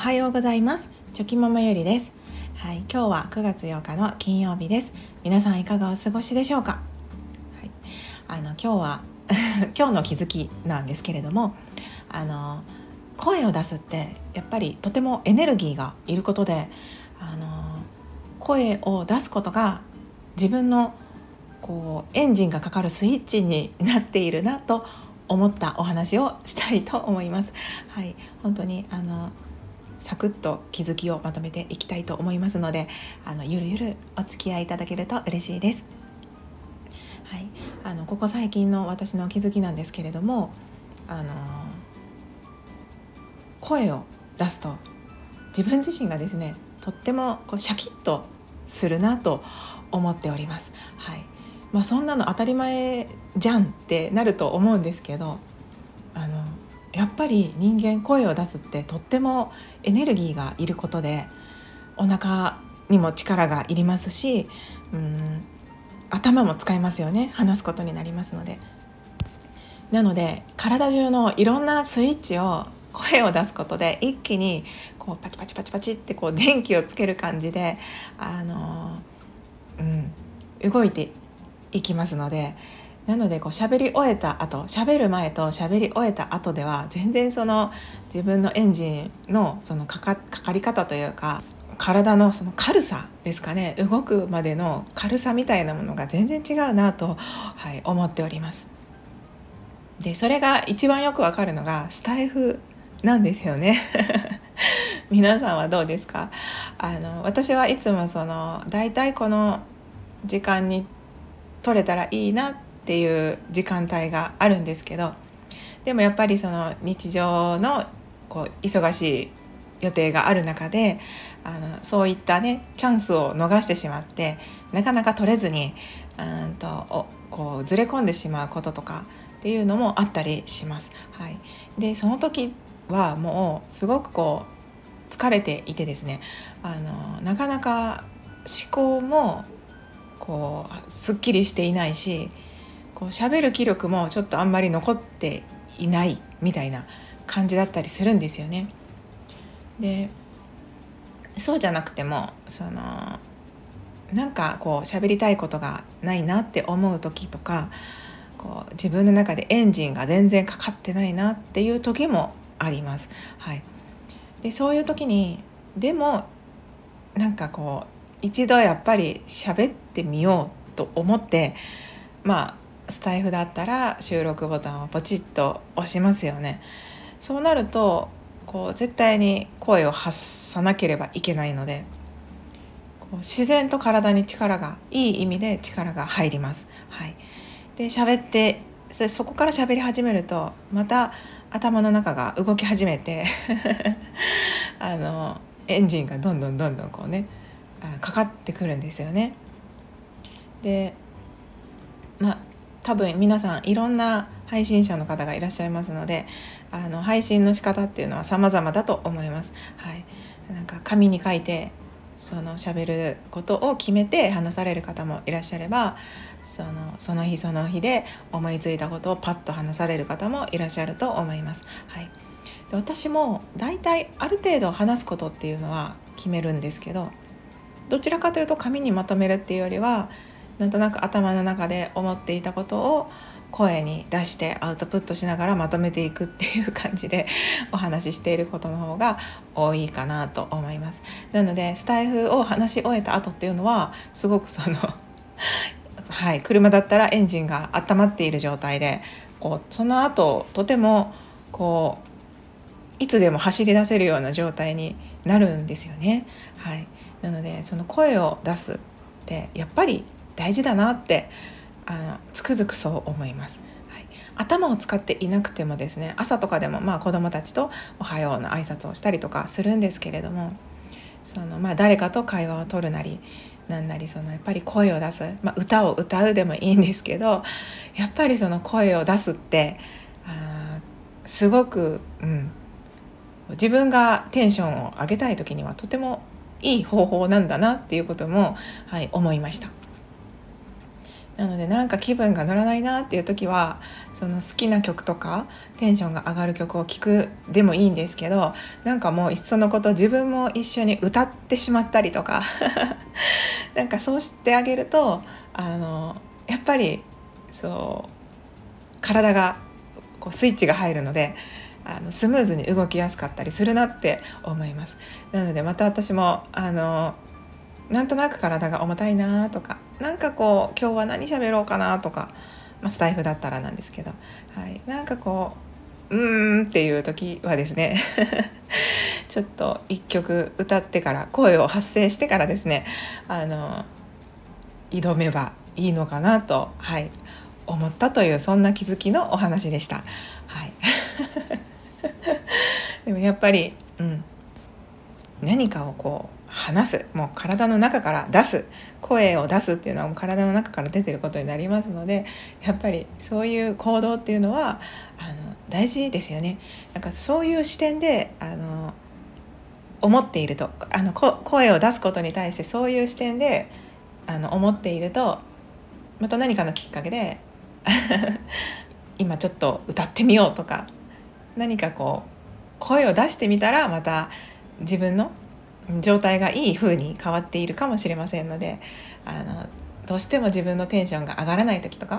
はようございます。チョキママゆりです。はい、今日は9月8日の金曜日です。皆さんいかがお過ごしでしょうか。今日は今日の気づきなんですけれども、声を出すってやっぱりとてもエネルギーがいることで、声を出すことが自分のエンジンがかかるスイッチになっているなと思ったお話をしたいと思います。はい、本当にサクッと気づきをまとめていきたいと思いますので、ゆるゆるお付き合いいただけると嬉しいです。はい、ここ最近の私の気づきなんですけれども、声を出すと自分自身がですね、とってもシャキッとするなと思っております。はい、そんなの当たり前じゃんってなると思うんですけど、やっぱり人間声を出すってとってもエネルギーがいることで、お腹にも力がいりますし、頭も使いますよね。話すことになりますので。なので体中のいろんなスイッチを声を出すことで一気にパチパチパチパチって電気をつける感じで動いていきますので、なので喋り終えた後、喋る前と喋り終えた後では全然自分のエンジンのかかり方というか、体の軽さですかね、動くまでの軽さみたいなものが全然違うなと、思っております。でそれが一番よくわかるのがスタイフなんですよね皆さんはどうですか。私はいつもだいたいこの時間に取れたらいいなっていう時間帯があるんですけど、でもやっぱり日常の忙しい予定がある中でそういったねチャンスを逃してしまって、なかなか取れずにずれ込んでしまうこととかっていうのもあったりします。はい、でその時はもうすごく疲れていてですね、なかなか思考もすっきりしていないし、喋る気力もちょっとあんまり残っていないみたいな感じだったりするんですよね。でそうじゃなくてもなんか喋りたいことがないなって思う時とか、自分の中でエンジンが全然かかってないなっていう時もあります。はい、でそういう時にでもなんか一度やっぱり喋ってみようと思って、スタイフだったら収録ボタンをポチッと押しますよね。そうなると絶対に声を発さなければいけないので、自然と体にいい意味で力が入ります。はい、で喋ってそこから喋り始めるとまた頭の中が動き始めてエンジンがどんどんかかってくるんですよね。で多分皆さんいろんな配信者の方がいらっしゃいますので、配信の仕方っていうのは様々だと思います。はい、なんか紙に書いて喋ることを決めて話される方もいらっしゃれば、その日その日で思いついたことをパッと話される方もいらっしゃると思います。はい、で私もだいたいある程度話すことっていうのは決めるんですけど、どちらかというと紙にまとめるっていうよりは、なんとなく頭の中で思っていたことを声に出してアウトプットしながらまとめていくっていう感じでお話ししていることの方が多いかなと思います。なのでスタイフを話し終えた後っていうのはすごくはい、車だったらエンジンが温まっている状態でその後とてもいつでも走り出せるような状態になるんですよね。はい、なので声を出すってやっぱり大事だなってつくづくそう思います。はい、頭を使っていなくてもですね、朝とかでも子どもたちとおはようの挨拶をしたりとかするんですけれども、誰かと会話を取るなりなんなりやっぱり声を出す、歌を歌うでもいいんですけど、やっぱり声を出すってすごく、自分がテンションを上げたい時にはとてもいい方法なんだなっていうことも、思いました。 なのでなんか気分が乗らないなっていう時はその好きな曲とかテンションが上がる曲を聴くでもいいんですけど、なんかもういっそのこと自分も一緒に歌ってしまったりとかなんかそうしてあげるとやっぱりそう体がこうスイッチが入るのでスムーズに動きやすかったりするなって思います。なのでまた私もなんとなく体が重たいなとか、なんかこう今日は何喋ろうかなとか、スタイフだったらなんですけど、なんかこうっていう時はですねちょっと一曲歌ってから声を発声してからですね挑めばいいのかなと、思ったというそんな気づきのお話でした。でもやっぱり、何かをこう話す、もう体の中から出す、声を出すっていうのはもう体の中から出てることになりますので、やっぱりそういう行動っていうのは大事ですよね。なんかそういう視点で思っていると声を出すことに対してそういう視点で思っていると、また何かのきっかけで今ちょっと歌ってみようとか、何かこう声を出してみたらまた自分の状態がいい風に変わっているかもしれませんので、どうしても自分のテンションが上がらない時とか、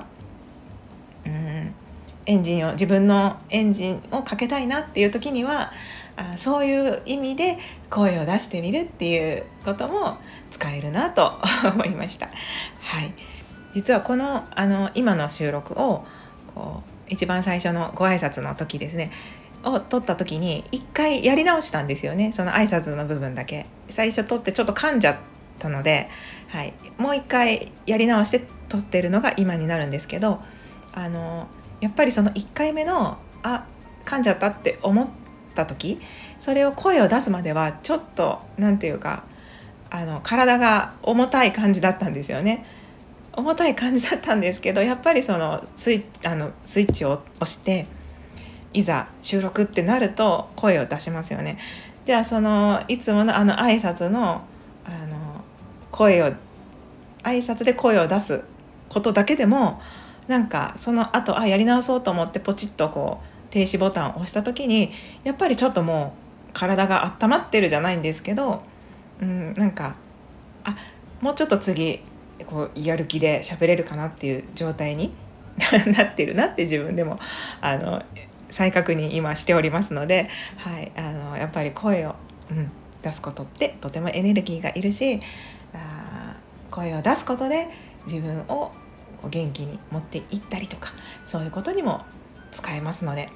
自分のエンジンをかけたいなっていう時にはそういう意味で声を出してみるっていうことも使えるなと思いました。実はこの今の収録を一番最初のご挨拶の時ですねを撮った時に一回やり直したんですよね。その挨拶の部分だけ最初撮ってちょっと噛んじゃったので、もう一回やり直して撮ってるのが今になるんですけど、やっぱりその1回目の噛んじゃったって思った時、それを声を出すまではちょっとなんていうか体が重たい感じだったんですよね。重たい感じだったんですけど、やっぱりそのスイッチを押していざ収録ってなると声を出しますよね。じゃあそのいつもの挨拶の挨拶で声を出すことだけでもなんかその後やり直そうと思ってポチッとこう停止ボタンを押した時にやっぱりちょっともう体が温まってるじゃないんですけど、なんかもうちょっと次こうやる気で喋れるかなっていう状態になってるなって自分でも再確認今しておりますので、やっぱり声を、出すことってとてもエネルギーがいるし、声を出すことで自分を元気に持っていったりとか、そういうことにも使えますので、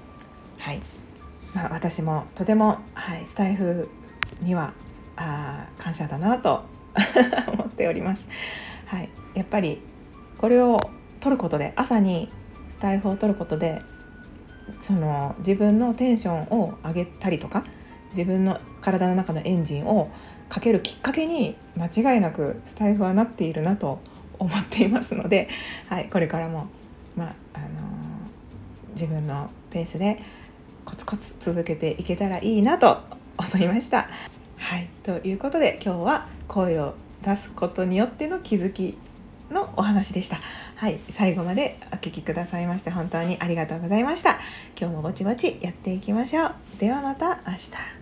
私もとても、スタイフには感謝だなと思っております。やっぱりこれを取ることで、朝にスタイフを取ることでその自分のテンションを上げたりとか、自分の体の中のエンジンをかけるきっかけに間違いなくスタイフはなっているなと思っていますので、これからも、自分のペースでコツコツ続けていけたらいいなと思いました。ということで今日は声を出すことによっての気づきのお話でした。最後までお聞きくださいまして本当にありがとうございました。今日もぼちぼちやっていきましょう。ではまた明日。